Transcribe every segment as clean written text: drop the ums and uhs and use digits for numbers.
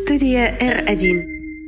Студия R1.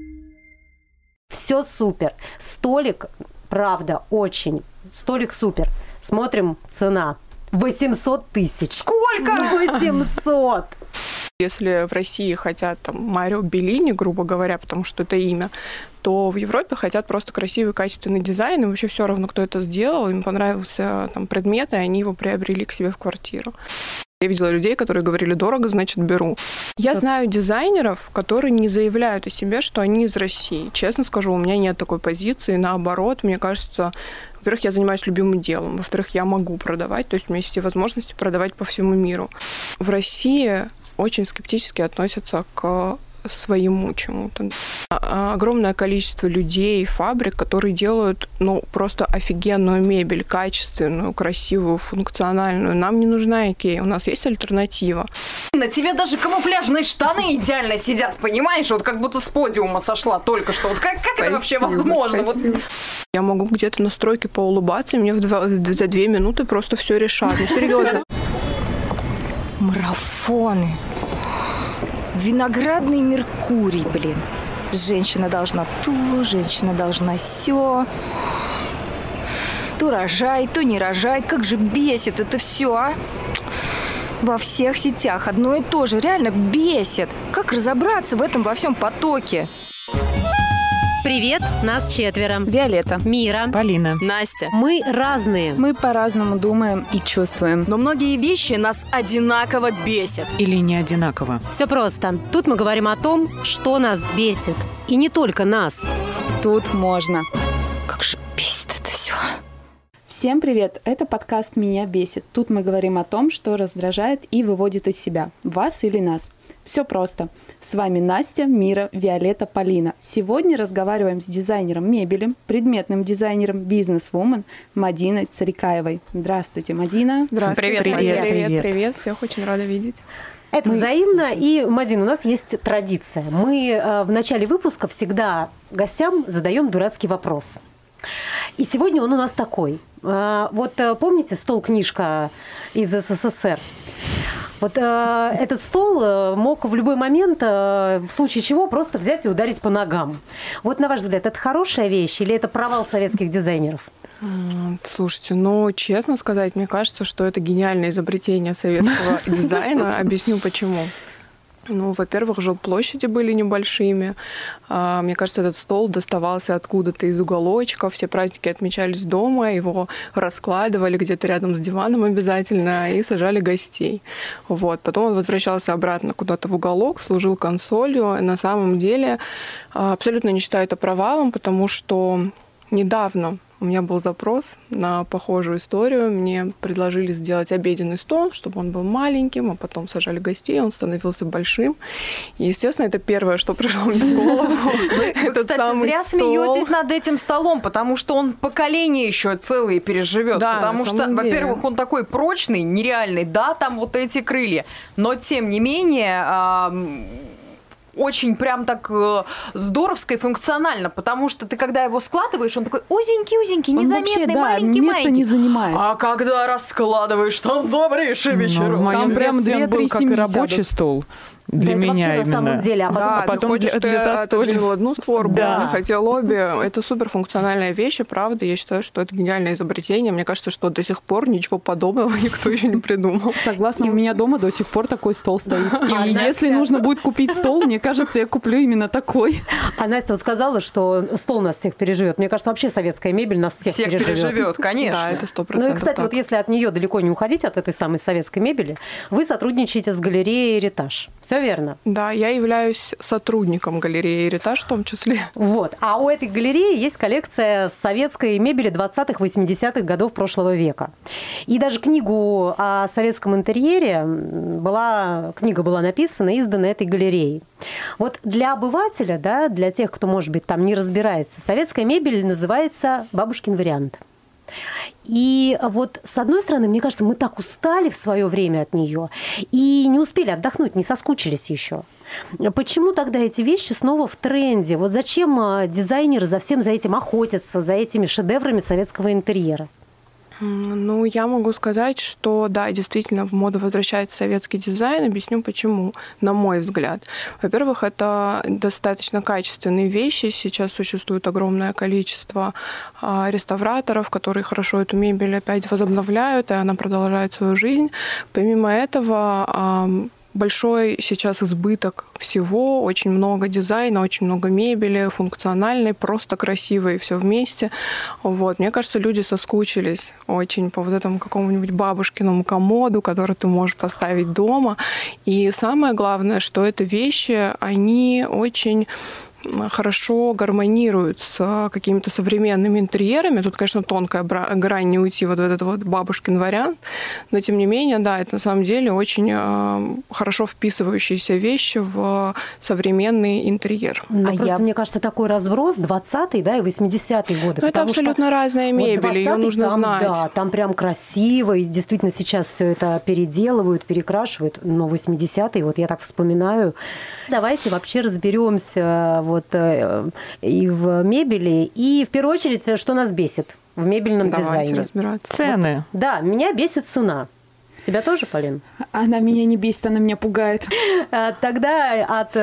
Все супер. Столик, правда, очень. Столик супер. Смотрим, цена. 800 тысяч. Сколько? 800. Если в России хотят там Марио Беллини, грубо говоря, потому что это имя, то в Европе хотят просто красивый, качественный дизайн, и вообще все равно, кто это сделал, им понравился там предмет, и они его приобрели к себе в квартиру. Я видела людей, которые говорили: дорого, значит, беру. Я знаю дизайнеров, которые не заявляют о себе, что они из России. Честно скажу, у меня нет такой позиции. Наоборот, мне кажется, во-первых, я занимаюсь любимым делом. Во-вторых, я могу продавать, то есть у меня есть все возможности продавать по всему миру. В России очень скептически относятся к своему чему-то. Огромное количество людей, фабрик, которые делают, просто офигенную мебель, качественную, красивую, функциональную. Нам не нужна Икея, у нас есть альтернатива. На тебе даже камуфляжные штаны идеально сидят, понимаешь? Вот как будто с подиума сошла только что. Вот как это вообще возможно? Я могу где-то на стройке поулыбаться, и мне за 2 минуты просто все решат. Ну, серьезно. Марафоны. Виноградный Меркурий, блин. Женщина должна то, женщина должна сё. То рожай, то не рожай. Как же бесит это все, а? Во всех сетях одно и то же. Реально бесит. Как разобраться в этом во всем потоке? Привет, нас 4. Виолетта, Мира, Полина, Настя. мы разные. мы по-разному думаем и чувствуем. Но многие вещи нас одинаково бесят. Или не одинаково. Все просто. Тут мы говорим о том, что нас бесит. И не только нас. Тут можно. Как же бесит это все. Всем привет! Это подкаст «Меня бесит». Тут мы говорим о том, что раздражает и выводит из себя. Вас или нас. Все просто. С вами Настя, Мира, Виолетта, Полина. Сегодня разговариваем с дизайнером мебели, предметным дизайнером, бизнес-вумен Мадиной Царикаевой. Здравствуйте, Мадина. Здравствуйте. Привет. Всех очень рада видеть. Это взаимно. И, Мадин, у нас есть традиция. Мы в начале выпуска всегда гостям задаем дурацкие вопросы. И сегодня он у нас такой. Вот помните стол-книжка из СССР? Вот этот стол мог в любой момент, в случае чего, просто взять и ударить по ногам. Вот, на ваш взгляд, это хорошая вещь или это провал советских дизайнеров? Слушайте, честно сказать, мне кажется, что это гениальное изобретение советского дизайна. Объясню, почему. Во-первых, жилплощади были небольшими. Мне кажется, этот стол доставался откуда-то из уголочка. Все праздники отмечались дома, его раскладывали где-то рядом с диваном обязательно и сажали гостей. Потом он возвращался обратно куда-то в уголок, служил консолью. И на самом деле абсолютно не считаю это провалом, потому что недавно у меня был запрос на похожую историю. Мне предложили сделать обеденный стол, чтобы он был маленьким, а потом сажали гостей, он становился большим. И, естественно, это первое, что пришло мне в голову. Вы, кстати, зря смеетесь над этим столом, потому что он поколение еще целые переживет. Потому что, во-первых, он такой прочный, нереальный, да, там вот эти крылья. Но, тем не менее, очень прям так здоровско и функционально, потому что ты, когда его складываешь, он такой узенький, незаметный, маленький. Место не занимает. А когда раскладываешь, там добрейший вечер. В моем прям детстве он был как и рабочий стол. Для меня это вообще именно. На самом деле, А потом для застолья. одну створку, Да. хотел обе. Это суперфункциональная вещь, и правда, я считаю, что это гениальное изобретение. Мне кажется, что до сих пор ничего подобного никто еще не придумал. Согласна, у меня дома до сих пор такой стол стоит. И Настя? если нужно будет купить стол, мне кажется, я куплю именно такой. А Настя вот сказала, что стол нас всех переживет. Мне кажется, вообще советская мебель нас всех переживет. Конечно. Да, это 100%. Ну и, кстати, так. вот если от нее далеко не уходить, от этой самой советской мебели, вы сотрудничаете с галереей «Эритаж». Все верно? Да, я являюсь сотрудником галереи «Эритаж» в том числе. А у этой галереи есть коллекция советской мебели 20-80-х годов прошлого века. И даже книгу о советском интерьере книга была написана и издана этой галереей. Вот для обывателя, да, для тех, кто, может быть, там не разбирается, советская мебель называется «бабушкин вариант». И вот, с одной стороны, мне кажется, мы так устали в свое время от нее и не успели отдохнуть, не соскучились еще. Почему тогда эти вещи снова в тренде? Вот зачем дизайнеры за всем за этим охотятся, за этими шедеврами советского интерьера? Ну, я могу сказать, что да, действительно, в моду возвращается советский дизайн. Объясню почему, на мой взгляд. Во-первых, это достаточно качественные вещи. Сейчас существует огромное количество реставраторов, которые хорошо эту мебель опять возобновляют, и она продолжает свою жизнь. Помимо этого, большой сейчас избыток всего, очень много дизайна, очень много мебели, функциональной, просто красивой, все вместе. Вот. Мне кажется, люди соскучились очень по вот этому какому-нибудь бабушкиному комоду, который ты можешь поставить дома. И самое главное, что это вещи, они очень хорошо гармонируют с какими-то современными интерьерами. Тут, конечно, тонкая грань, не уйти вот в этот вот бабушкин вариант, но, тем не менее, да, это на самом деле очень хорошо вписывающиеся вещи в современный интерьер. Мне кажется, такой разброс 20-е, да, и 80-е годы. Ну, это абсолютно разная мебель, ее нужно знать. Да, там прям красиво, и действительно сейчас все это переделывают, перекрашивают, но 80-е, вот я так вспоминаю. Давайте вообще разберемся вот и в мебели, и в первую очередь, что нас бесит в мебельном дизайне. Давайте разбираться. Цены. Вот, да, меня бесит цена. Тебя тоже, Полин? Она меня не бесит, она меня пугает. Тогда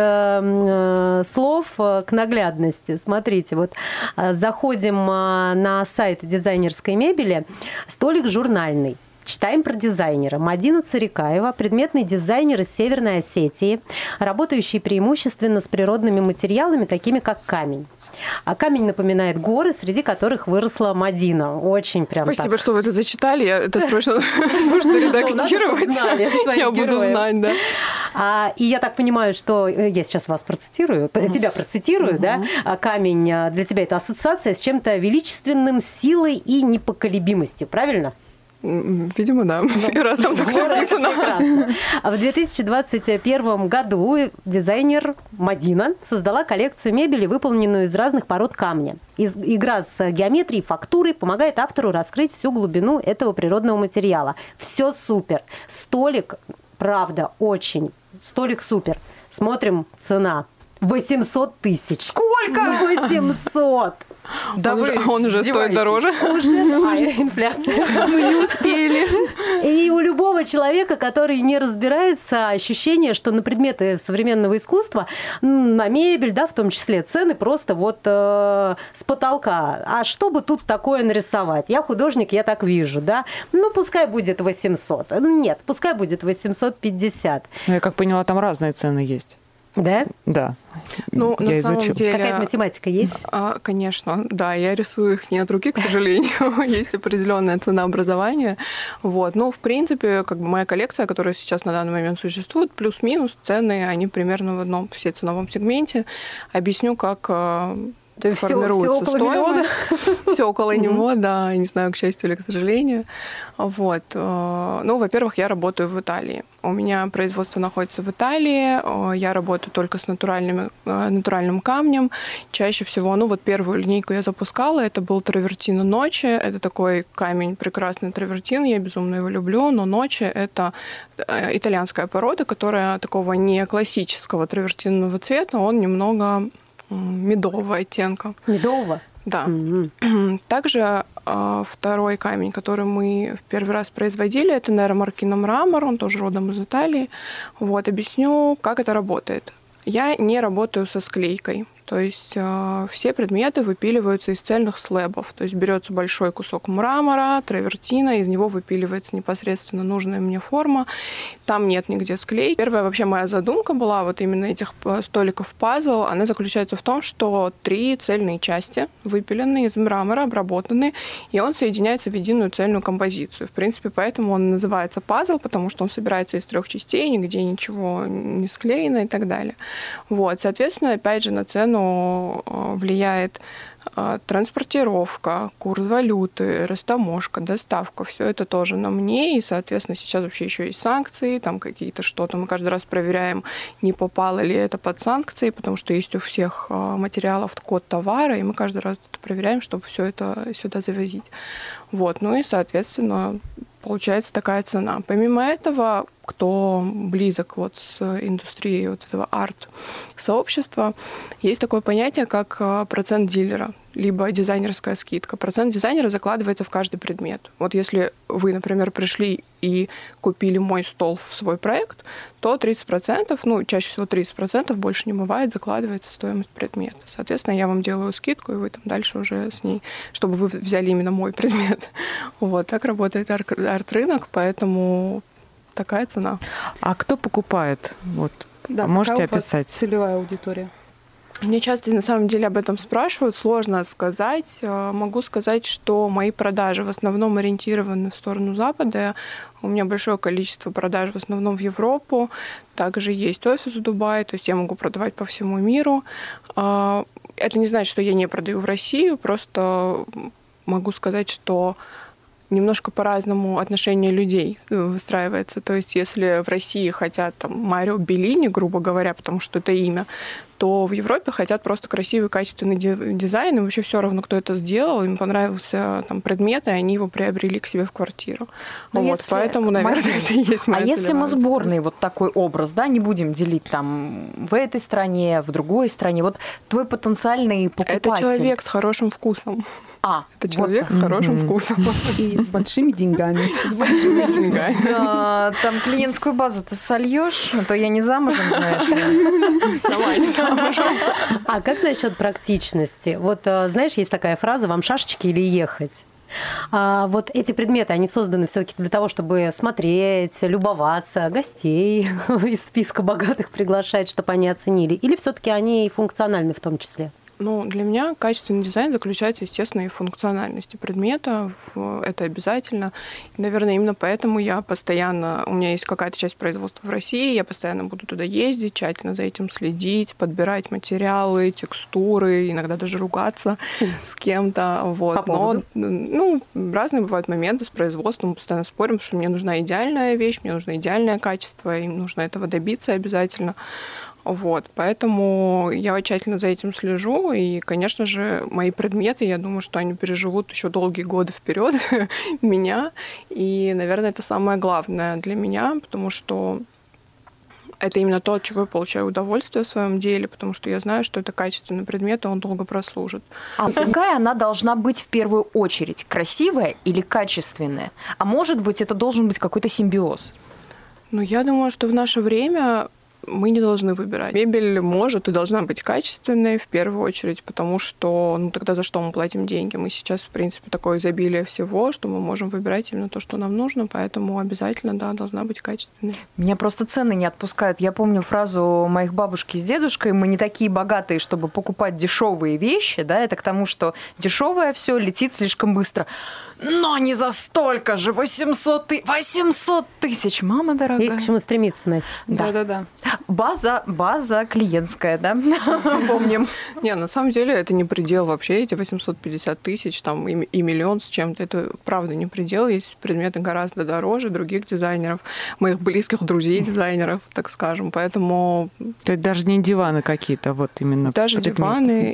от слов к наглядности. Смотрите, вот заходим на сайт дизайнерской мебели, столик журнальный. Читаем про дизайнера. Мадина Царикаева, предметный дизайнер из Северной Осетии, работающий преимущественно с природными материалами, такими как камень. А камень напоминает горы, среди которых выросла Мадина. Очень прям Спасибо, так. что вы это зачитали. Это срочно нужно редактировать. Я буду знать, да. И я так понимаю, что я сейчас вас процитирую, тебя процитирую, да? Камень для тебя это ассоциация с чем-то величественным, силой и непоколебимостью, правильно? Видимо, да. И раз там так написано. В 2021 году дизайнер Мадина создала коллекцию мебели, выполненную из разных пород камня. Игра с геометрией, фактурой помогает автору раскрыть всю глубину этого природного материала. Все супер. Столик, правда, очень. Столик супер. Смотрим, цена. 800 тысяч. Сколько? 800. Да он уже стоит дороже. Инфляция. Мы не успели. И у любого человека, который не разбирается, ощущение, что на предметы современного искусства, на мебель, да, в том числе, цены просто вот с потолка. А что бы тут такое нарисовать? Я художник, я так вижу, да? Ну, пускай будет 800. Нет, пускай будет 850. Я как поняла, там разные цены есть. Да? Да. Ну, я на самом деле... Какая-то математика есть? Конечно, да. Я рисую их не от руки, к сожалению. Есть определенная ценообразование. Вот. Но, в принципе, как бы моя коллекция, которая сейчас на данный момент существует, плюс-минус цены, они примерно в одном все ценовом сегменте. Объясню, как... формируется стоимость. Все около него, да, не знаю, к счастью или к сожалению. Вот. Ну, во-первых, я работаю в Италии. У меня производство находится в Италии. Я работаю только с натуральным камнем. Чаще всего, ну, вот первую линейку я запускала, это был травертино ночи. Это такой камень, прекрасный травертин, я безумно его люблю, но ночи — это итальянская порода, которая такого не классического травертинного цвета, он немного медового оттенка. Медового? Да. Также второй камень, который мы в первый раз производили, это Nero Marchino мрамор, он тоже родом из Италии. Вот, объясню, как это работает. Я не работаю со склейкой. То есть все предметы выпиливаются из цельных слэбов. То есть берется большой кусок мрамора, травертина, из него выпиливается непосредственно нужная мне форма. Там нет нигде склейки. Первая вообще моя задумка была вот именно этих столиков пазл. Она заключается в том, что 3 цельные части выпиленные из мрамора, обработанные, и он соединяется в единую цельную композицию. В принципе, поэтому он называется пазл, потому что он собирается из 3 частей, нигде ничего не склеено и так далее. Вот, соответственно, опять же, на цену влияет транспортировка, курс валюты, растаможка, доставка. Все это тоже на мне. И, соответственно, сейчас вообще еще есть санкции, там какие-то что-то. Мы каждый раз проверяем, не попало ли это под санкции, потому что есть у всех материалов код товара, и мы каждый раз это проверяем, чтобы все это сюда завозить. Вот. Ну и, соответственно, получается такая цена. Помимо этого, кто близок вот с индустрией вот этого арт-сообщества, есть такое понятие, как процент дилера, либо дизайнерская скидка. Процент дизайнера закладывается в каждый предмет. Вот если вы, например, пришли и купили мой стол в свой проект, то 30%, ну, чаще всего 30%, больше не бывает, закладывается в стоимость предмета. Соответственно, я вам делаю скидку, и вы там дальше уже с ней, чтобы вы взяли именно мой предмет. Вот, так работает арт-рынок, поэтому такая цена. А кто покупает? Вот. Да, можете описать? Целевая аудитория. Мне часто на самом деле об этом спрашивают, сложно сказать. Могу сказать, что мои продажи в основном ориентированы в сторону Запада. У меня большое количество продаж в основном в Европу. Также есть офис в Дубае, то есть я могу продавать по всему миру. Это не значит, что я не продаю в Россию, просто могу сказать, что немножко по-разному отношение людей выстраивается. То есть если в России хотят там Марио Беллини, грубо говоря, потому что это имя, то в Европе хотят просто красивый, качественный дизайн, и вообще все равно, кто это сделал, им понравился там предмет, и они его приобрели к себе в квартиру. Вот, если... Поэтому, наверное, это и есть моя если мы сборный вот такой образ, да, не будем делить там в этой стране, в другой стране, вот твой потенциальный покупатель... Это человек с хорошим вкусом. Это человек вот с хорошим вкусом. И с большими деньгами. С большими деньгами. Да, там клиентскую базу ты сольешь, а то я не замужем, знаешь. Сама не замужем. А как насчет практичности? Вот, знаешь, есть такая фраза «вам шашечки или ехать?». Вот эти предметы, они созданы все-таки для того, чтобы смотреть, любоваться, гостей из списка богатых приглашать, чтобы они оценили? Или все-таки они функциональны в том числе? Ну, для меня качественный дизайн заключается, естественно, и в функциональности предмета. Это обязательно. И, наверное, именно поэтому я постоянно... У меня есть какая-то часть производства в России, я постоянно буду туда ездить, тщательно за этим следить, подбирать материалы, текстуры, иногда даже ругаться с кем-то. Вот. Но, ну, разные бывают моменты с производством. Мы постоянно спорим, что мне нужна идеальная вещь, мне нужно идеальное качество, им нужно этого добиться обязательно. Вот, поэтому я тщательно за этим слежу, и, конечно же, мои предметы, я думаю, что они переживут еще долгие годы вперед меня, и, наверное, это самое главное для меня, потому что это именно то, от чего я получаю удовольствие в своем деле, потому что я знаю, что это качественный предмет, и он долго прослужит. А какая она должна быть в первую очередь? Красивая или качественная? А может быть, это должен быть какой-то симбиоз? Ну, я думаю, что в наше время мы не должны выбирать. Мебель может и должна быть качественной в первую очередь, потому что, ну, тогда за что мы платим деньги? Мы сейчас, в принципе, такое изобилие всего, что мы можем выбирать именно то, что нам нужно, поэтому обязательно, да, должна быть качественной. Меня просто цены не отпускают. Я помню фразу моих бабушки с дедушкой: мы не такие богатые, чтобы покупать дешевые вещи, да, это к тому, что дешевое все летит слишком быстро. Но не за столько же! 800 тысяч, мама дорогая. Есть к чему стремиться, Настя. Да-да-да. База клиентская, да? Помним. Не, на самом деле это не предел вообще, эти 850 тысяч, там и миллион с чем-то. Это правда не предел. Есть предметы гораздо дороже других дизайнеров, моих близких друзей дизайнеров, так скажем. Поэтому... То есть даже не диваны какие-то, вот именно. Даже диваны,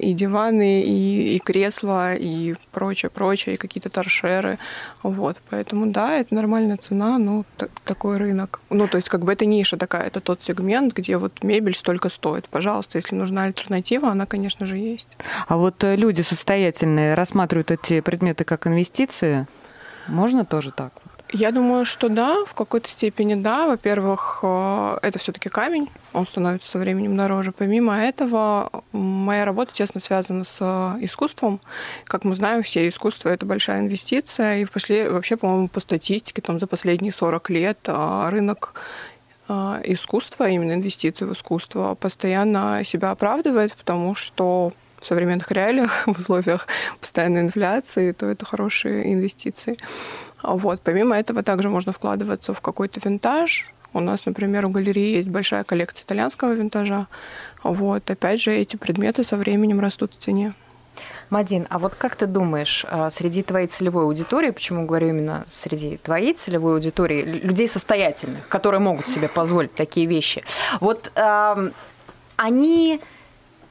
и кресла, и прочее, и какие-то торшеры. Вот, поэтому, да, это нормальная цена, но такой рынок. Ну, то есть, как бы это ниша такая, это тот сегмент, где вот мебель столько стоит. Пожалуйста, если нужна альтернатива, она, конечно же, есть. А вот люди состоятельные рассматривают эти предметы как инвестиции? Можно тоже так? Я думаю, что да, в какой-то степени да. Во-первых, это все-таки камень, он становится со временем дороже. Помимо этого, моя работа тесно связана с искусством. Как мы знаем, все искусство — это большая инвестиция. И вообще, по-моему, по статистике, там, за последние 40 лет рынок искусства, именно инвестиций в искусство, постоянно себя оправдывает, потому что в современных реалиях, в условиях постоянной инфляции, то это хорошие инвестиции. Вот. Помимо этого также можно вкладываться в какой-то винтаж. У нас, например, у галереи есть большая коллекция итальянского винтажа. Вот. Опять же, эти предметы со временем растут в цене. Мадин, а вот как ты думаешь, среди твоей целевой аудитории, почему говорю именно среди твоей целевой аудитории, людей состоятельных, которые могут себе позволить такие вещи, вот они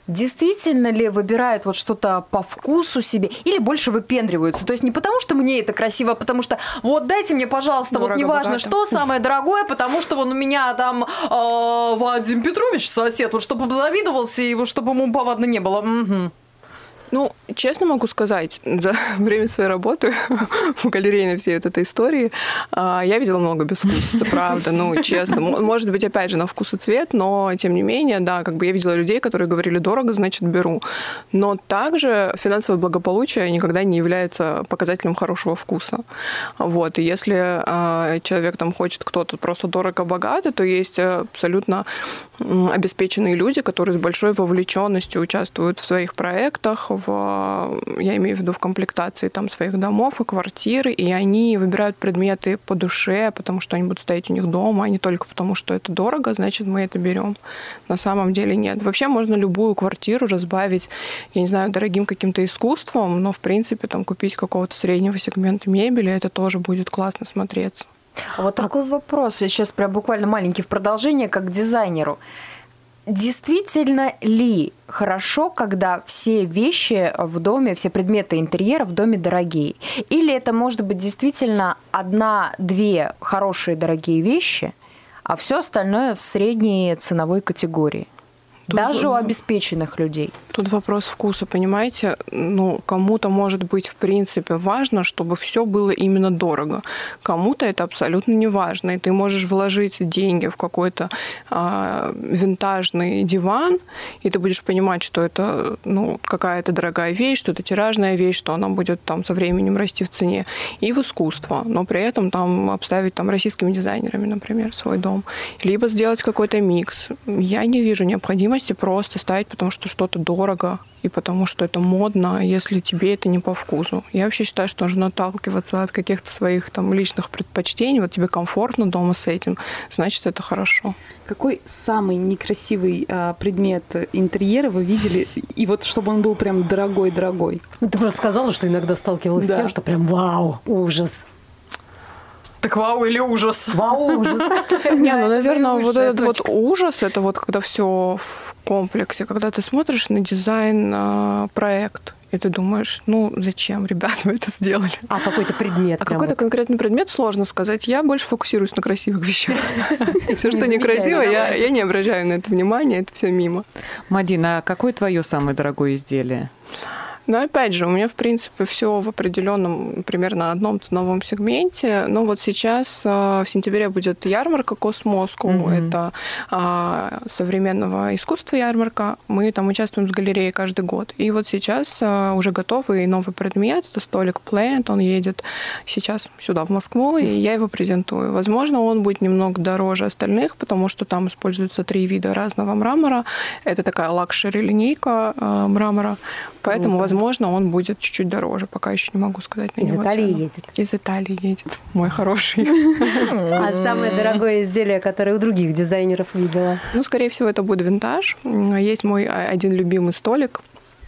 действительно ли выбирают вот что-то по вкусу себе или больше выпендриваются? То есть не потому, что мне это красиво, а потому что вот дайте мне, пожалуйста, дорого, вот неважно что, самое дорогое, потому что вон у меня там Вадим Петрович, сосед, вот чтобы обзавидовался и вот чтобы ему повадно не было. Угу. Ну, честно могу сказать, за время своей работы в галерейной всей вот этой истории я видела много безвкусицы, правда, ну, честно. Может быть, опять же, на вкус и цвет, но, тем не менее, да, как бы я видела людей, которые говорили, дорого, значит, беру. Но также финансовое благополучие никогда не является показателем хорошего вкуса. Вот, и если человек там хочет кто-то просто дорого-богато, то есть абсолютно обеспеченные люди, которые с большой вовлеченностью участвуют в своих проектах, я имею в виду в комплектации там своих домов и квартиры, и они выбирают предметы по душе, потому что они будут стоять у них дома, а не только потому, что это дорого, значит, мы это берем. На самом деле нет. Вообще можно любую квартиру разбавить, я не знаю, дорогим каким-то искусством, но, в принципе, там купить какого-то среднего сегмента мебели, это тоже будет классно смотреться. А вот такой вопрос, я сейчас прям буквально маленький в продолжение, как к дизайнеру. Действительно ли хорошо, когда все вещи в доме, все предметы интерьера в доме дорогие? Или это может быть действительно 1-2 хорошие дорогие вещи, а все остальное в средней ценовой категории? Даже у обеспеченных людей. Тут вопрос вкуса, понимаете? Ну, кому-то, может быть, в принципе, важно, чтобы все было именно дорого. Кому-то это абсолютно не важно. И ты можешь вложить деньги в какой-то винтажный диван, и ты будешь понимать, что это какая-то дорогая вещь, что это тиражная вещь, что она будет там со временем расти в цене. И в искусство. Но при этом там обставить там российскими дизайнерами, например, свой дом. Либо сделать какой-то микс. Я не вижу необходимости просто ставить, потому что что-то дорого и потому что это модно, если тебе это не по вкусу. Я вообще считаю, что нужно отталкиваться от каких-то своих там личных предпочтений. Вот тебе комфортно дома с этим, значит, это хорошо. Какой самый некрасивый предмет интерьера вы видели, и вот чтобы он был прям дорогой-дорогой? Ты просто сказала, что иногда сталкивалась с тем, что прям вау, ужас. Так вау или ужас? Вау, ужас. Не, наверное, вот этот вот ужас, это вот когда все в комплексе, когда ты смотришь на дизайн проект, и ты думаешь, зачем, ребят, вы это сделали? А какой-то предмет? А какой-то конкретный предмет сложно сказать. Я больше фокусируюсь на красивых вещах. Все, что некрасиво, я не обращаю на это внимания, это все мимо. Мадина, а какое твое самое дорогое изделие? Но опять же, у меня, в принципе, все в определенном, примерно одном ценовом сегменте. Но вот сейчас в сентябре будет ярмарка Космоску. Это современного искусства ярмарка. Мы там участвуем с галереей каждый год. И вот сейчас уже готовый новый предмет. Это столик Planet. Он едет сейчас сюда, в Москву, и я его презентую. Возможно, он будет немного дороже остальных, потому что там используются 3 вида разного мрамора. Это такая лакшери-линейка мрамора. Поэтому, возможно, он будет чуть-чуть дороже. Пока еще не могу сказать на него цену. Из Италии едет. Из Италии едет. Мой хороший. А самое дорогое изделие, которое у других дизайнеров видела? Скорее всего, это будет винтаж. Есть мой один любимый столик.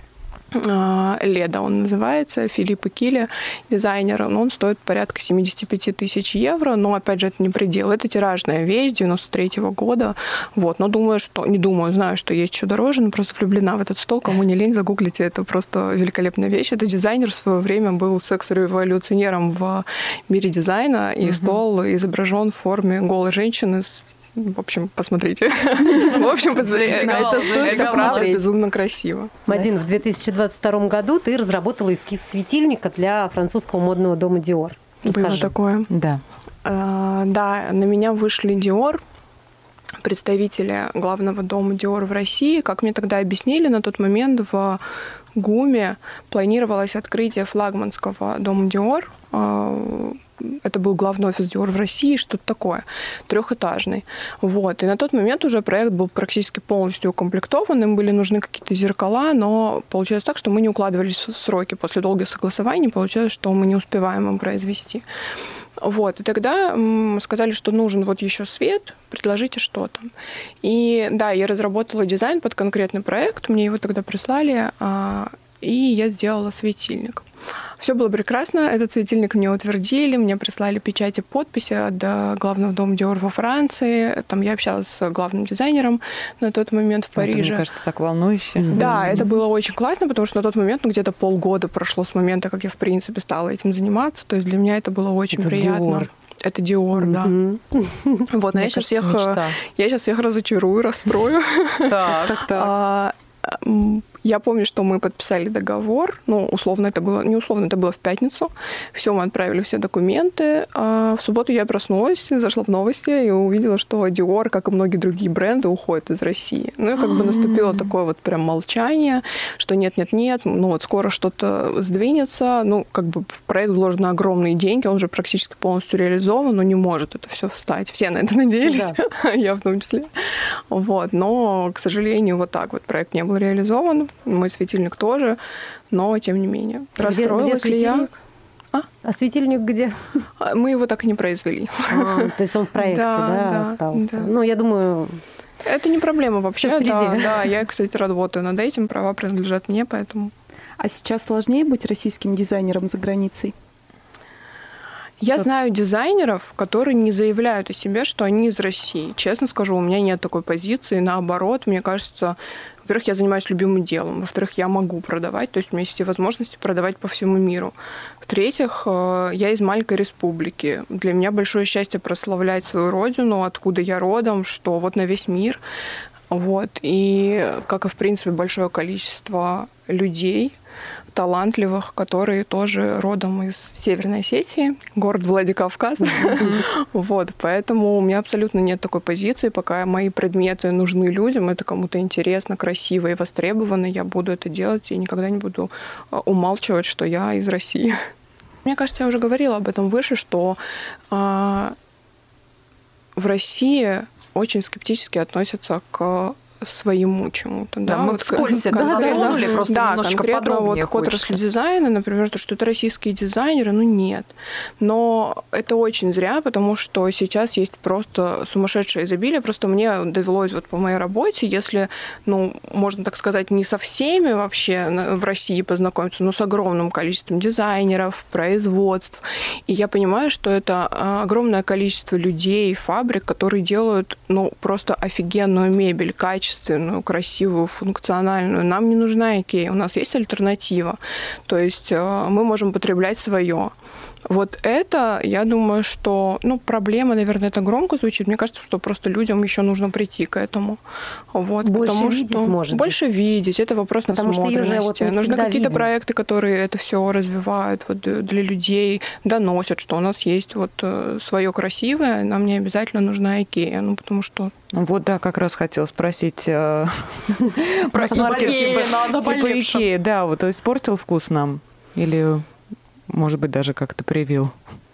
Леда он называется, Филиппо Килли, дизайнер. Он стоит порядка 75 тысяч евро, но, опять же, это не предел. Это тиражная вещь 93-го года. Вот. Но знаю, что есть еще дороже, но просто влюблена в этот стол. Кому не лень, загуглите, это просто великолепная вещь. Это дизайнер в свое время был секс-революционером в мире дизайна, и стол изображен в форме голой женщины. В общем, посмотрите. Это правда безумно красиво. Мадина, в 2022 году ты разработала эскиз светильника для французского модного дома Dior. Было такое. Да. Да, на меня вышли Dior, представители главного дома Dior в России. Как мне тогда объяснили, на тот момент в ГУМе планировалось открытие флагманского дома Dior. Это был главный офис Dior в России, что-то такое, 3-этажный. Вот. И на тот момент уже проект был практически полностью укомплектован, им были нужны какие-то зеркала, но получилось так, что мы не укладывались в сроки. После долгих согласований получилось, что мы не успеваем им произвести. Вот. И тогда сказали, что нужен вот еще свет, предложите что-то. И да, я разработала дизайн под конкретный проект, мне его тогда прислали, и я сделала светильник. Все было прекрасно. Этот светильник мне утвердили, мне прислали печати, подписи от главного дома Dior во Франции. Там я общалась с главным дизайнером на тот момент в Париже. Это, мне кажется, так волнующе. Да, это было очень классно, потому что на тот момент, где-то полгода прошло с момента, как я, в принципе, стала этим заниматься. То есть для меня это было очень приятно. Dior. Это Dior, да. Вот, но я сейчас всех разочарую, расстрою. Я помню, что мы подписали договор, условно это было, не условно, это было в пятницу. Все, мы отправили все документы. А в субботу я проснулась, зашла в новости и увидела, что Dior, как и многие другие бренды, уходят из России. Ну и как бы наступило такое вот прям молчание, что нет-нет-нет, скоро что-то сдвинется. Как бы в проект вложены огромные деньги, он уже практически полностью реализован, но не может это все встать. Все на это надеялись, я в том числе. Вот, но, к сожалению, вот так вот проект не был реализован. Мой светильник тоже, но тем не менее. Расстроилась ли я? А светильник где? Мы его так и не произвели. То есть он в проекте, остался? Да. Я думаю... Это не проблема вообще, да. Я, кстати, работаю над этим, права принадлежат мне, поэтому... А сейчас сложнее быть российским дизайнером за границей? Я знаю дизайнеров, которые не заявляют о себе, что они из России. Честно скажу, у меня нет такой позиции. Наоборот, мне кажется, во-первых, я занимаюсь любимым делом. Во-вторых, я могу продавать, то есть у меня есть все возможности продавать по всему миру. В-третьих, я из маленькой республики. Для меня большое счастье прославлять свою родину, откуда я родом, что вот на весь мир. Вот. И, как и, в принципе, большое количество людей, талантливых, которые тоже родом из Северной Осетии, город Владикавказ. Вот, поэтому у меня абсолютно нет такой позиции. Пока мои предметы нужны людям, это кому-то интересно, красиво и востребовано, я буду это делать и никогда не буду умалчивать, что я из России. Мне кажется, я уже говорила об этом выше, что в России очень скептически относятся к своему чему-то. Да, мы вскользь это затронули, просто немножко конкретно подробнее к отрасли дизайна, например, то, что это российские дизайнеры, нет. Но это очень зря, потому что сейчас есть просто сумасшедшее изобилие. Просто мне довелось вот по моей работе, если, можно так сказать, не со всеми вообще в России познакомиться, но с огромным количеством дизайнеров, производств. И я понимаю, что это огромное количество людей, фабрик, которые делают, просто офигенную мебель, качественную, красивую, функциональную. Нам не нужна IKEA, у нас есть альтернатива. То есть мы можем потреблять свое. Вот это, я думаю, что, проблема, наверное, это громко звучит. Мне кажется, что просто людям еще нужно прийти к этому. Вот, больше видеть, может больше быть. Видеть, это вопрос насмотренности. Нужны какие-то проекты, которые это все развивают для людей, доносят, что у нас есть свое красивое, нам не обязательно нужна IKEA, потому что... Вот, да, как раз хотела спросить про маркетинг типа IKEA. Да, вот испортил вкус нам? Или... Может быть, даже как-то привил.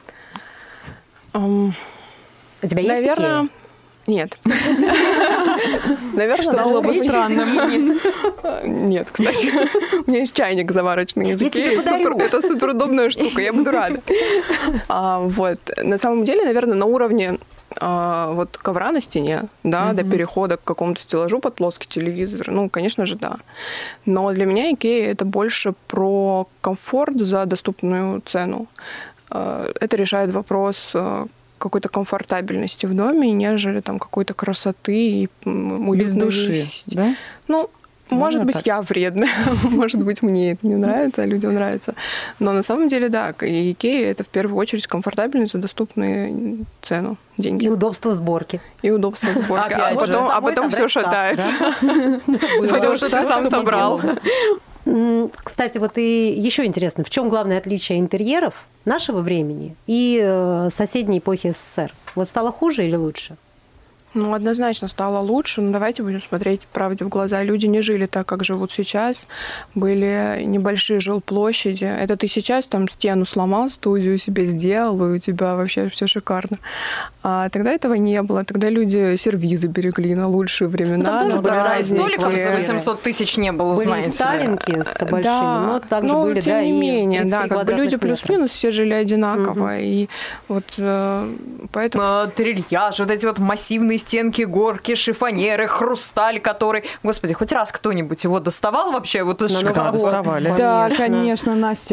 У тебя есть наверное, IKEA? Нет. Наверное, было бы странным. Нет, кстати. У меня есть чайник заварочный из IKEA. Это суперудобная штука, я буду рада. Вот. На самом деле, наверное, на уровне ковра на стене, до перехода к какому-то стеллажу под плоский телевизор, конечно же, да. Но для меня IKEA это больше про комфорт за доступную цену. Это решает вопрос какой-то комфортабельности в доме, нежели там какой-то красоты и уютности. Без души, да? Может быть, я вредная, может быть, мне это не нравится, а людям нравится. Но на самом деле, да, и IKEA это в первую очередь комфортабельность за доступную цену, деньги. И удобство сборки. А потом все шатается. Потому что ты сам собрал. Кстати, и еще интересно, в чем главное отличие интерьеров нашего времени и соседней эпохи СССР? Стало хуже или лучше? Однозначно стало лучше, но давайте будем смотреть правде в глаза. Люди не жили так, как живут сейчас. Были небольшие жилплощади. Это ты сейчас там стену сломал, студию себе сделал, и у тебя вообще все шикарно. А тогда этого не было. Тогда люди сервизы берегли на лучшие времена. И столиков за 800 тысяч не было, знаете. Были сталинки с большими, но также были, тем не менее, люди плюс-минус все жили одинаково. И поэтому... Трильяж, эти массивные стенки, горки, шифонеры, хрусталь, который... Господи, хоть раз кто-нибудь его доставал вообще из шкафа? Доставали. Да, конечно, Настя.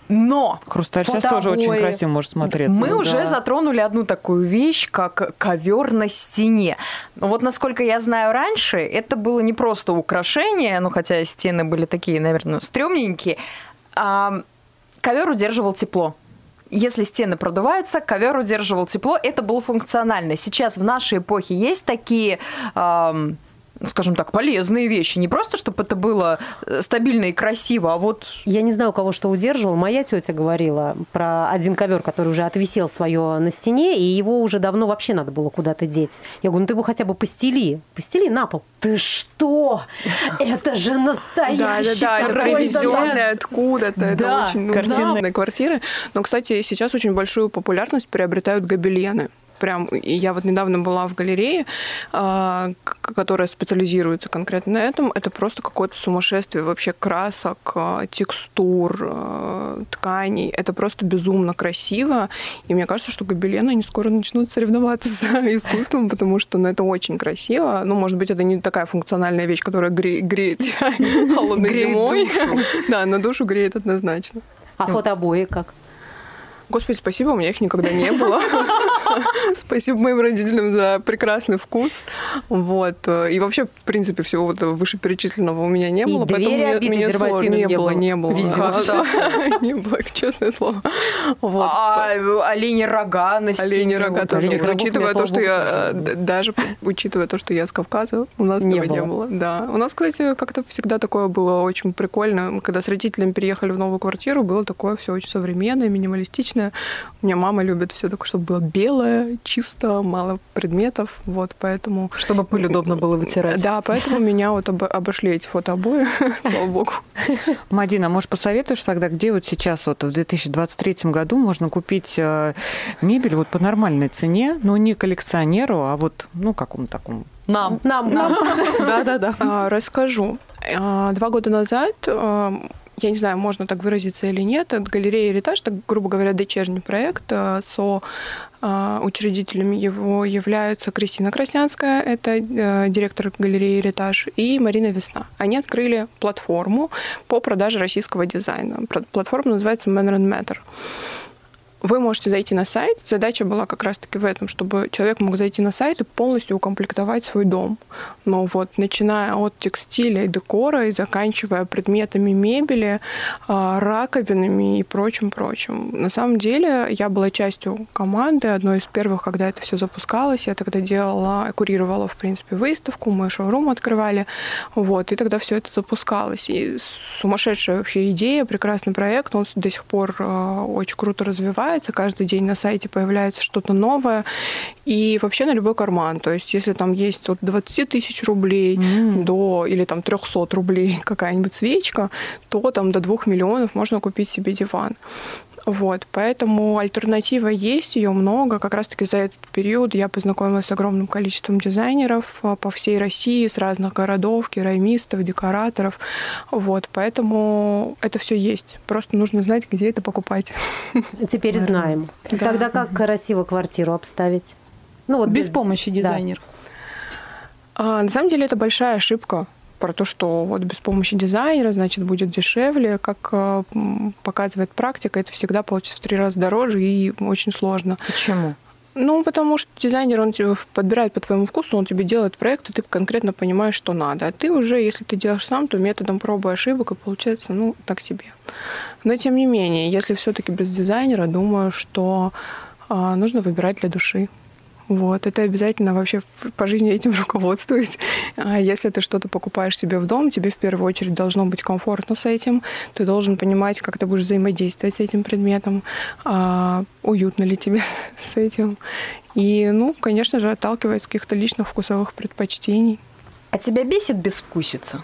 Но хрусталь сейчас тоже очень красиво может смотреться. Мы уже затронули одну такую вещь, как ковер на стене. Вот насколько я знаю, раньше это было не просто украшение, ну хотя стены были такие, наверное, стрёмненькие, ковер удерживал тепло. Если стены продуваются, ковер удерживал тепло, это было функционально. Сейчас в нашей эпохе есть такие, скажем так, полезные вещи. Не просто, чтобы это было стабильно и красиво, а вот... Я не знаю, у кого что удерживал. Моя тетя говорила про один ковер, который уже отвисел свое на стене, и его уже давно вообще надо было куда-то деть. Я говорю, ну ты его хотя бы постели на пол. Ты что? Это же настоящий Да, это привезенное откуда-то. Это очень картинные квартиры. Но, кстати, сейчас очень большую популярность приобретают гобелены. Прям, и я вот недавно была в галерее, которая специализируется конкретно на этом. Это просто какое-то сумасшествие вообще красок, текстур, тканей. Это просто безумно красиво. И мне кажется, что гобелены, они скоро начнут соревноваться с искусством, потому что это очень красиво. Ну, может быть, это не такая функциональная вещь, которая греет тебя холодной зимой. Да, на душу греет однозначно. А фотообои как? Господи, спасибо, у меня их никогда не было. Спасибо моим родителям за прекрасный вкус. Вот. И вообще, в принципе, всего вот вышеперечисленного у меня не было, поэтому мне сложно. Не было. Не было, честное слово. Олени рога на стене. Олени рога тоже. Учитывая то, что я с Кавказа, у нас этого не было. Да. У нас, кстати, как-то всегда такое было очень прикольно. Когда с родителями переехали в новую квартиру, было такое все очень современное, минималистичное. У меня мама любит все такое, чтобы было белое, чисто, мало предметов, вот, поэтому... Чтобы пыль удобно было вытирать. Да, поэтому меня вот обошли эти фотообои, слава богу. Мадина, может, посоветуешь тогда, где вот сейчас, вот в 2023 году можно купить мебель вот по нормальной цене, но не коллекционеру, а вот, ну, какому-то такому... Нам. Да. Расскажу. 2 года назад... Я не знаю, можно так выразиться или нет. Галерея «Эритаж», так, грубо говоря, дочерний проект. Учредителями его являются Кристина Краснянская, это директор галереи «Эритаж», и Марина Весна. Они открыли платформу по продаже российского дизайна. Платформа называется Man and Matter. Вы можете зайти на сайт. Задача была как раз-таки в этом, чтобы человек мог зайти на сайт и полностью укомплектовать свой дом. Но вот начиная от текстиля и декора и заканчивая предметами мебели, раковинами и прочим-прочим. На самом деле я была частью команды, одной из первых, когда это все запускалось. Я тогда курировала, в принципе, выставку, мы шоурум открывали. Вот, и тогда все это запускалось. И сумасшедшая вообще идея, прекрасный проект, он до сих пор очень круто развивается. Каждый день на сайте появляется что-то новое. И вообще на любой карман. То есть если там есть от 20 тысяч рублей до или там 300 рублей какая-нибудь свечка, то там до 2 миллионов можно купить себе диван. Вот, поэтому альтернатива есть, ее много. Как раз-таки за этот период я познакомилась с огромным количеством дизайнеров по всей России, с разных городов, керамистов, декораторов. Вот, поэтому это все есть. Просто нужно знать, где это покупать. Теперь знаем. Да. Тогда как красиво квартиру обставить? Ну, вот без помощи дизайнера. Да. На самом деле это большая ошибка. Про то, что вот без помощи дизайнера, значит, будет дешевле. Как показывает практика, это всегда получится в 3 раза дороже и очень сложно. Почему? Ну, потому что дизайнер, он тебе подбирает по твоему вкусу, он тебе делает проект, и ты конкретно понимаешь, что надо. А ты уже, если ты делаешь сам, то методом проб и ошибок, и получается, ну, так себе. Но, тем не менее, если все-таки без дизайнера, думаю, что нужно выбирать для души. Вот, это обязательно вообще по жизни этим руководствуюсь. Если ты что-то покупаешь себе в дом, тебе в первую очередь должно быть комфортно с этим. Ты должен понимать, как ты будешь взаимодействовать с этим предметом, уютно ли тебе с этим. И, ну, конечно же, отталкиваясь от каких-то личных вкусовых предпочтений. А тебя бесит безвкусица?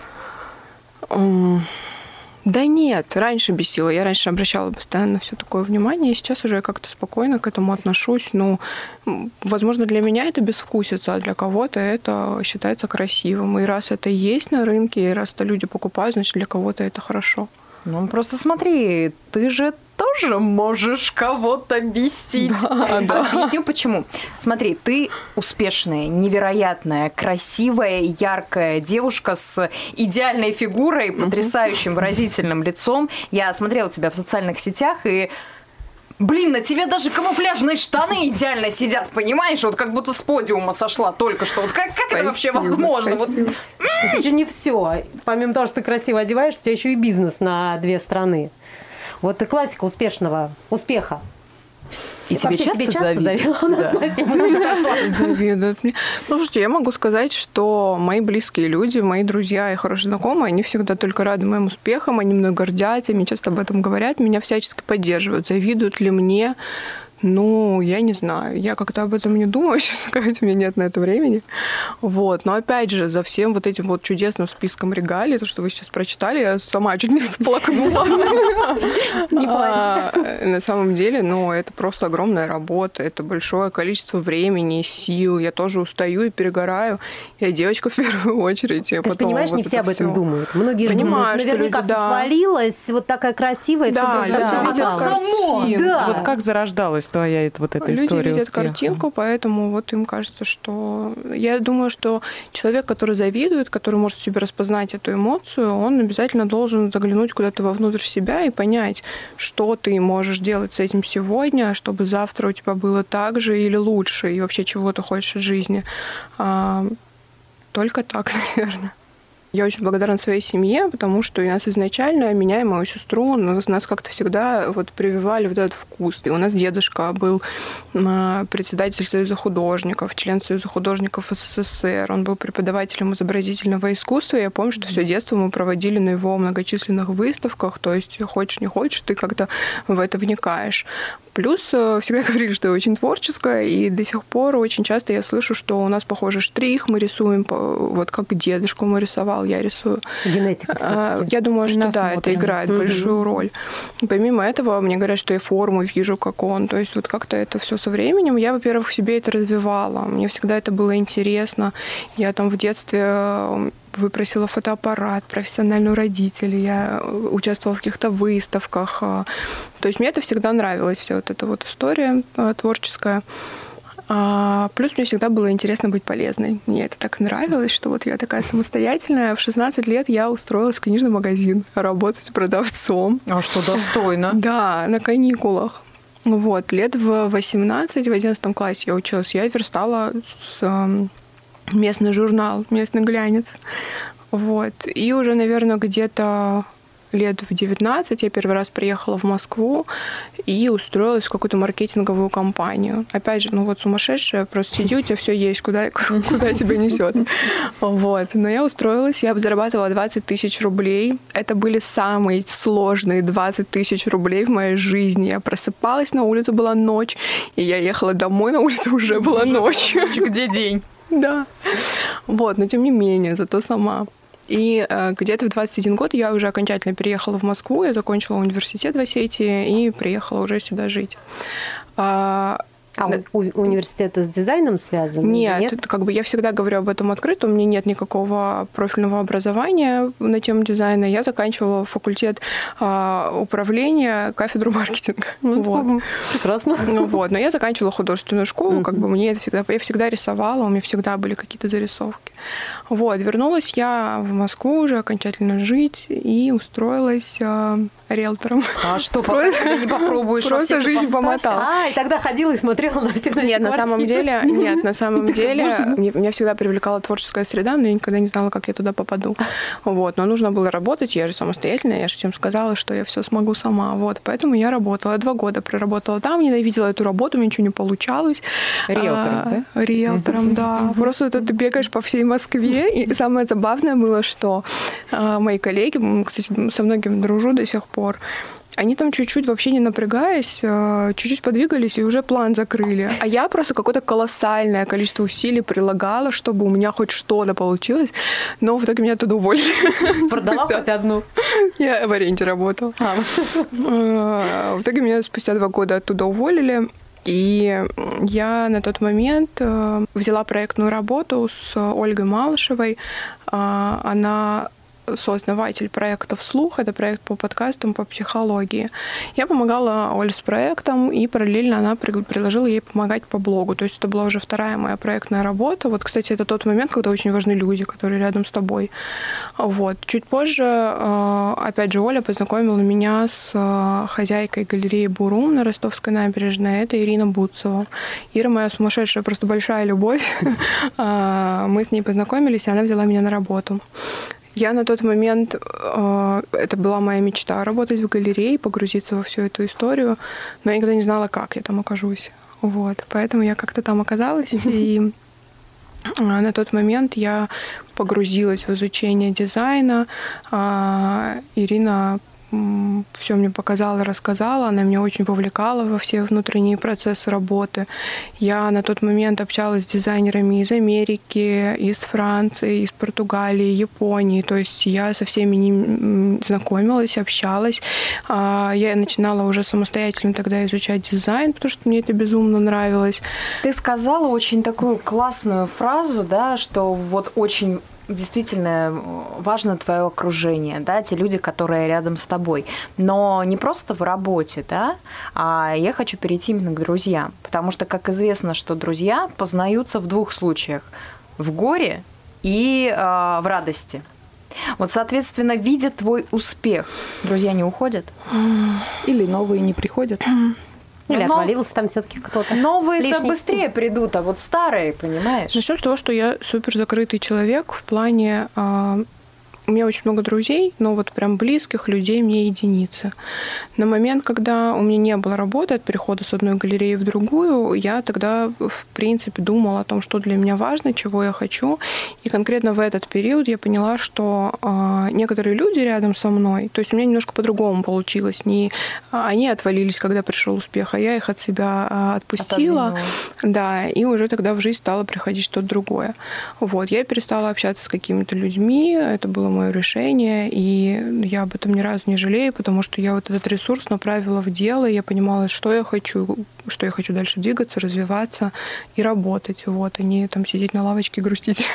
Да нет, раньше бесило. Я раньше обращала постоянно на все такое внимание, и сейчас уже как-то спокойно к этому отношусь. Ну, возможно, для меня это безвкусица, а для кого-то это считается красивым. И раз это есть на рынке, и раз это люди покупают, значит, для кого-то это хорошо. Ну, просто смотри, ты же тоже можешь кого-то бесить. Да. Объясню почему. Смотри, ты успешная, невероятная, красивая, яркая девушка с идеальной фигурой, потрясающим выразительным лицом. Я смотрела тебя в социальных сетях, и блин, на тебе даже камуфляжные штаны идеально сидят, понимаешь? Вот как будто с подиума сошла только что. Вот как это вообще возможно? Вот. Это же не все. Помимо того, что ты красиво одеваешься, у тебя еще и бизнес на 2 страны. Вот и классика успеха. И тебе часто завидуют? Завидуют мне. Ну, слушайте, я могу сказать, что мои близкие люди, мои друзья и хорошие знакомые, они всегда только рады моим успехам, они мной гордятся, мне часто об этом говорят, меня всячески поддерживают. Завидуют ли мне? Ну, я не знаю. Я как-то об этом не думаю, честно сказать, у меня нет на это времени. Вот. Но опять же, за всем вот этим вот чудесным списком регалий, то, что вы сейчас прочитали, я сама чуть не всплакнула. На самом деле, ну, это просто огромная работа, это большое количество времени, сил. Я тоже устаю и перегораю. Я девочка в первую очередь. Ты понимаешь, не все об этом думают. Многие же думают, наверняка все свалилось, вот такая красивая, да, люди видят картинку. Вот как зарождалась твоя вот эта история люди видят успеха? картинку, поэтому вот им кажется, что... Я думаю, что человек, который завидует, который может в себе распознать эту эмоцию, он обязательно должен заглянуть куда-то вовнутрь себя и понять, что ты можешь делать с этим сегодня, чтобы завтра у тебя было так же или лучше, и вообще чего ты хочешь от жизни. Только так, наверное. Я очень благодарна своей семье, потому что у нас изначально, меня и мою сестру, нас как-то всегда вот прививали вот этот вкус. И у нас дедушка был председатель Союза художников, член Союза художников СССР. Он был преподавателем изобразительного искусства. Я помню, что все детство мы проводили на его многочисленных выставках. То есть, хочешь не хочешь, ты как-то в это вникаешь. Плюс всегда говорили, что я очень творческая, и до сих пор очень часто я слышу, что у нас похожий штрих, мы рисуем, вот как дедушку мы рисовал, я рисую. Генетика. Я думаю, что да, это играет большую роль. Помимо этого, мне говорят, что я форму вижу, как он. То есть вот как-то это все со временем. Я, во-первых, в себе это развивала. Мне всегда это было интересно. Я там в детстве выпросила фотоаппарат профессиональный у родителей, я участвовала в каких-то выставках. То есть мне это всегда нравилось, вся вот эта вот история творческая. Плюс мне всегда было интересно быть полезной. Мне это так нравилось, что вот я такая самостоятельная. В 16 лет я устроилась в книжный магазин работать продавцом. А что, достойно? Да, на каникулах. Вот, лет в 18, в 11 классе я училась, я верстала местный журнал, местный глянец. Вот. И уже, наверное, где-то лет в 19 я первый раз приехала в Москву и устроилась в какую-то маркетинговую компанию. Опять же, ну вот сумасшедшая, просто сиди, у тебя все есть, куда тебя несет. Вот. Но я устроилась, я зарабатывала 20 тысяч рублей. Это были самые сложные 20 тысяч рублей в моей жизни. Я просыпалась, на улице была ночь, и я ехала домой, на улице уже была ночь. Где день? Да. Вот, но тем не менее, зато сама. И где-то в 21 год я уже окончательно переехала в Москву, я закончила университет в Осетии и приехала уже сюда жить. Университет с дизайном связан? Нет, это как бы я всегда говорю об этом открыто. У меня нет никакого профильного образования на тему дизайна. Я заканчивала факультет управления, кафедру маркетинга. Вот. Прекрасно. Вот. Но я заканчивала художественную школу, как бы мне это всегда... Я всегда рисовала, у меня всегда были какие-то зарисовки. Вот. Вернулась я в Москву уже окончательно жить и устроилась риэлтором. А что, пока ты не попробуешь? Просто жизнь помотала. И тогда ходила и смотрела на все Нет, на самом деле, меня всегда привлекала творческая среда, но я никогда не знала, как я туда попаду. Вот, но нужно было работать, я же самостоятельная, я же всем сказала, что я все смогу сама. Вот, поэтому я работала. Я 2 года проработала там, ненавидела эту работу, у меня ничего не получалось. Риэлтором, да? Риэлтором, да. Просто ты бегаешь по всей Москве, и самое забавное было, что мои коллеги, кстати, со многими дружу до сих пор, они там чуть-чуть, вообще не напрягаясь, чуть-чуть подвигались и уже план закрыли. А я просто какое-то колоссальное количество усилий прилагала, чтобы у меня хоть что-то получилось. Но в итоге меня оттуда уволили. Продала хоть одну? Я в аренде работала. В итоге меня спустя 2 года оттуда уволили. И я на тот момент взяла проектную работу с Ольгой Малышевой. Она сооснователь проекта «Вслух». Это проект по подкастам по психологии. Я помогала Оле с проектом, и параллельно она предложила ей помогать по блогу. То есть это была уже вторая моя проектная работа. Вот, кстати, это тот момент, когда очень важны люди, которые рядом с тобой. Вот. Чуть позже, опять же, Оля познакомила меня с хозяйкой галереи «Бурум» на Ростовской набережной. Это Ирина Буцева. Ира моя сумасшедшая, просто большая любовь. Мы с ней познакомились, и она взяла меня на работу. Я на тот момент, это была моя мечта, работать в галерее, погрузиться во всю эту историю, но я никогда не знала, как я там окажусь. Вот. Поэтому я как-то там оказалась, и на тот момент я погрузилась в изучение дизайна. Ирина все мне показала, рассказала, она меня очень вовлекала во все внутренние процессы работы. Я на тот момент общалась с дизайнерами из Америки, из Франции, из Португалии, Японии. То есть я со всеми ними знакомилась, общалась. Я начинала уже самостоятельно тогда изучать дизайн, потому что мне это безумно нравилось. Ты сказала очень такую классную фразу, да, что вот очень действительно важно твое окружение, да, те люди, которые рядом с тобой. Но не просто в работе, да, а я хочу перейти именно к друзьям. Потому что, как известно, что друзья познаются в двух случаях. В горе и в радости. Вот, соответственно, видя твой успех, друзья не уходят? Или новые не приходят? Или отвалился там все-таки кто-то. Новые-то быстрее придут, а вот старые, понимаешь? Начнем с того, что я супер закрытый человек в плане... У меня очень много друзей, но вот прям близких людей мне единицы. На момент, когда у меня не было работы от перехода с одной галереи в другую, я тогда, в принципе, думала о том, что для меня важно, чего я хочу. И конкретно в этот период я поняла, что некоторые люди рядом со мной, то есть у меня немножко по-другому получилось. Не они отвалились, когда пришел успех, а я их от себя отпустила. Да, и уже тогда в жизнь стало приходить что-то другое. Вот, я перестала общаться с какими-то людьми, это было мое решение, и я об этом ни разу не жалею, потому что я вот этот ресурс направила в дело, и я понимала, что я хочу дальше двигаться, развиваться и работать, вот, а не там сидеть на лавочке и грустить.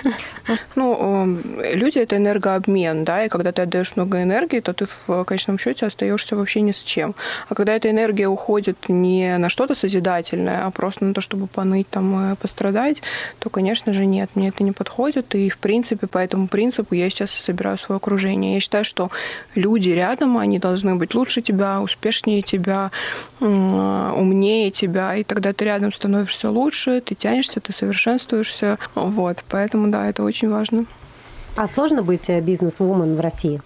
Ну, люди — это энергообмен, да, и когда ты отдаешь много энергии, то ты в конечном счете остаешься вообще ни с чем. А когда эта энергия уходит не на что-то созидательное, а просто на то, чтобы поныть там и пострадать, то, конечно же, нет, мне это не подходит, и, в принципе, по этому принципу я сейчас собираю свое окружение. Я считаю, что люди рядом, они должны быть лучше тебя, успешнее тебя, умнее тебя, и тогда ты рядом становишься лучше, ты тянешься, ты совершенствуешься. Вот, поэтому, да, это очень важно. А сложно быть бизнес-вумен в России?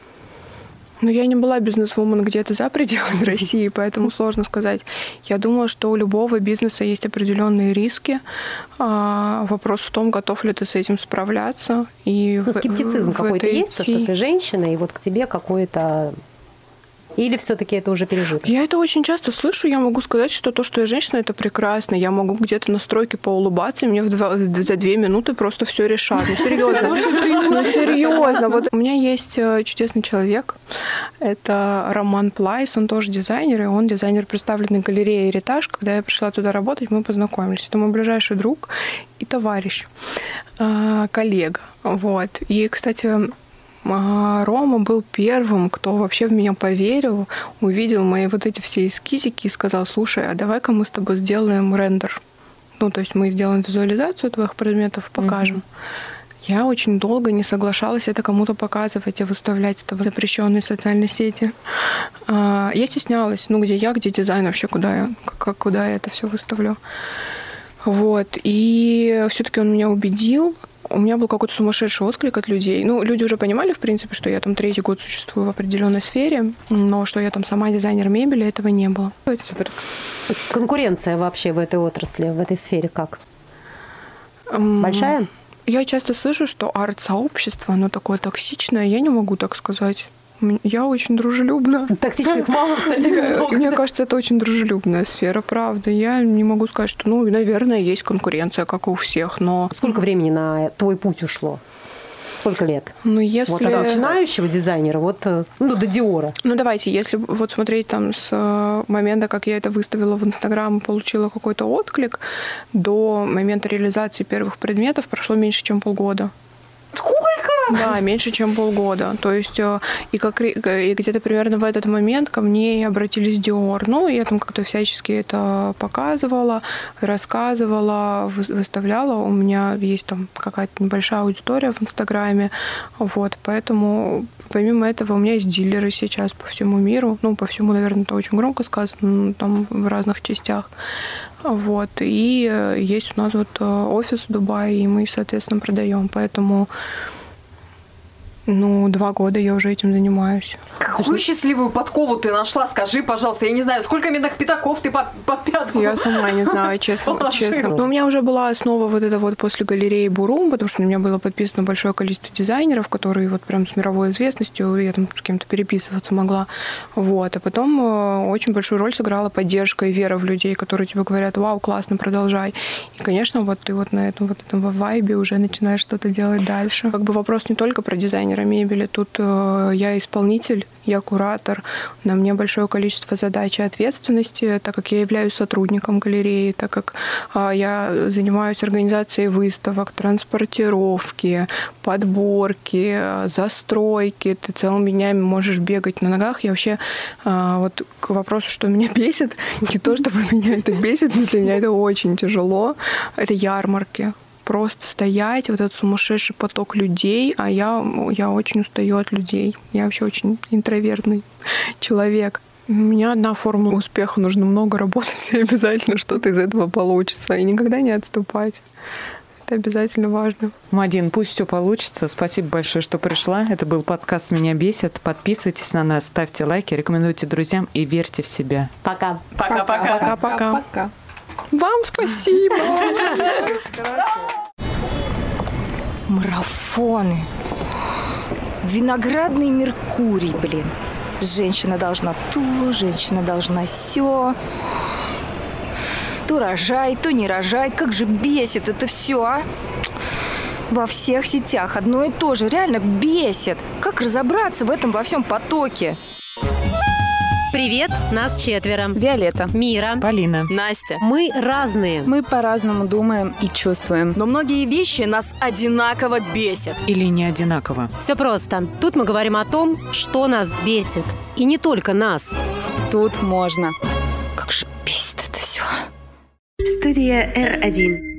Но я не была бизнес-вумен где-то за пределами России, поэтому сложно сказать. Я думаю, что у любого бизнеса есть определенные риски. Вопрос в том, готов ли ты с этим справляться. И скептицизм какой-то есть, что ты женщина, и вот к тебе какое-то... Или все-таки это уже пережито? Я это очень часто слышу. Я могу сказать, что то, что я женщина, это прекрасно. Я могу где-то на стройке поулыбаться, и мне за 2 минуты просто все решат. Ну, серьезно. Ну, серьезно. Вот у меня есть чудесный человек. Это Роман Плайс. Он тоже дизайнер, и он дизайнер представленной галереи «Эритаж». Когда я пришла туда работать, мы познакомились. Это мой ближайший друг и товарищ, коллега. Вот. И, кстати, Рома был первым, кто вообще в меня поверил, увидел мои вот эти все эскизики и сказал: слушай, а давай-ка мы с тобой сделаем рендер. Ну, то есть мы сделаем визуализацию твоих предметов, покажем. Я очень долго не соглашалась это кому-то показывать и выставлять это в запрещенные социальные сети. Я стеснялась. Ну, где я, где дизайн вообще, куда я это все выставлю. Вот. И все-таки он меня убедил. У меня был какой-то сумасшедший отклик от людей. Ну, люди уже понимали, в принципе, что я там 3-й год существую в определенной сфере, но что я там сама дизайнер мебели, этого не было. Конкуренция вообще в этой отрасли, в этой сфере как? Большая? Я часто слышу, что арт-сообщество, оно такое токсичное. Я не могу так сказать. Я очень дружелюбна. Токсичных мало, остальных много. Мне кажется, это очень дружелюбная сфера, правда. Я не могу сказать, что, ну, наверное, есть конкуренция, как и у всех, но... Сколько времени на твой путь ушло? Сколько лет? Ну, если... Вот от начинающего дизайнера, вот, ну, до Диора. Ну, давайте, если вот смотреть там с момента, как я это выставила в Инстаграм и получила какой-то отклик, до момента реализации первых предметов прошло меньше, чем полгода. Сколько? Да, меньше, чем полгода. То есть и где-то примерно в этот момент ко мне и обратились Dior. Ну, я там как-то всячески это показывала, рассказывала, выставляла. У меня есть там какая-то небольшая аудитория в Инстаграме. Вот, поэтому помимо этого у меня есть дилеры сейчас по всему миру. Ну, по всему, наверное, это очень громко сказано, там в разных частях. Вот. И есть у нас вот офис в Дубае, и мы, соответственно, продаем. Поэтому 2 года я уже этим занимаюсь. Какую счастливую подкову ты нашла? Скажи, пожалуйста. Я не знаю, сколько медных пятаков ты под пятку? Я сама не знаю, честно. Но у меня уже была основа вот это вот после галереи Бурум, потому что у меня было подписано большое количество дизайнеров, которые вот прям с мировой известностью, я там с кем-то переписываться могла. Вот. А потом очень большую роль сыграла поддержка и вера в людей, которые тебе говорят: вау, классно, продолжай. И, конечно, вот ты вот на этом вайбе уже начинаешь что-то делать дальше. Как бы вопрос не только про дизайнера мебели. Тут я исполнитель, я куратор, на мне большое количество задач и ответственности, так как я являюсь сотрудником галереи, так как я занимаюсь организацией выставок, транспортировки, подборки, застройки. Ты целыми днями можешь бегать на ногах. Я вообще вот к вопросу, что меня бесит, не то, чтобы меня это бесит, но для меня это очень тяжело. Это ярмарки. Просто стоять, вот этот сумасшедший поток людей, а я очень устаю от людей. Я вообще очень интровертный человек. У меня одна формула успеха: нужно много работать, и обязательно что-то из этого получится. И никогда не отступать. Это обязательно важно. Мадин, пусть все получится. Спасибо большое, что пришла. Это был подкаст «Меня бесит». Подписывайтесь на нас, ставьте лайки, рекомендуйте друзьям и верьте в себя. Пока. Пока-пока. Вам спасибо. Марафоны. Виноградный Меркурий, блин. Женщина должна то, женщина должна сё. То рожай, то не рожай. Как же бесит это все, а? Во всех сетях одно и то же. Реально бесит. Как разобраться в этом во всем потоке? Привет, нас 4. Виолетта, Мира, Полина, Настя. мы разные. мы по-разному думаем и чувствуем. Но многие вещи нас одинаково бесят. или не одинаково? Все просто. Тут мы говорим о том, что нас бесит. И не только нас. Тут можно. Как же бесит это все. Студия R1.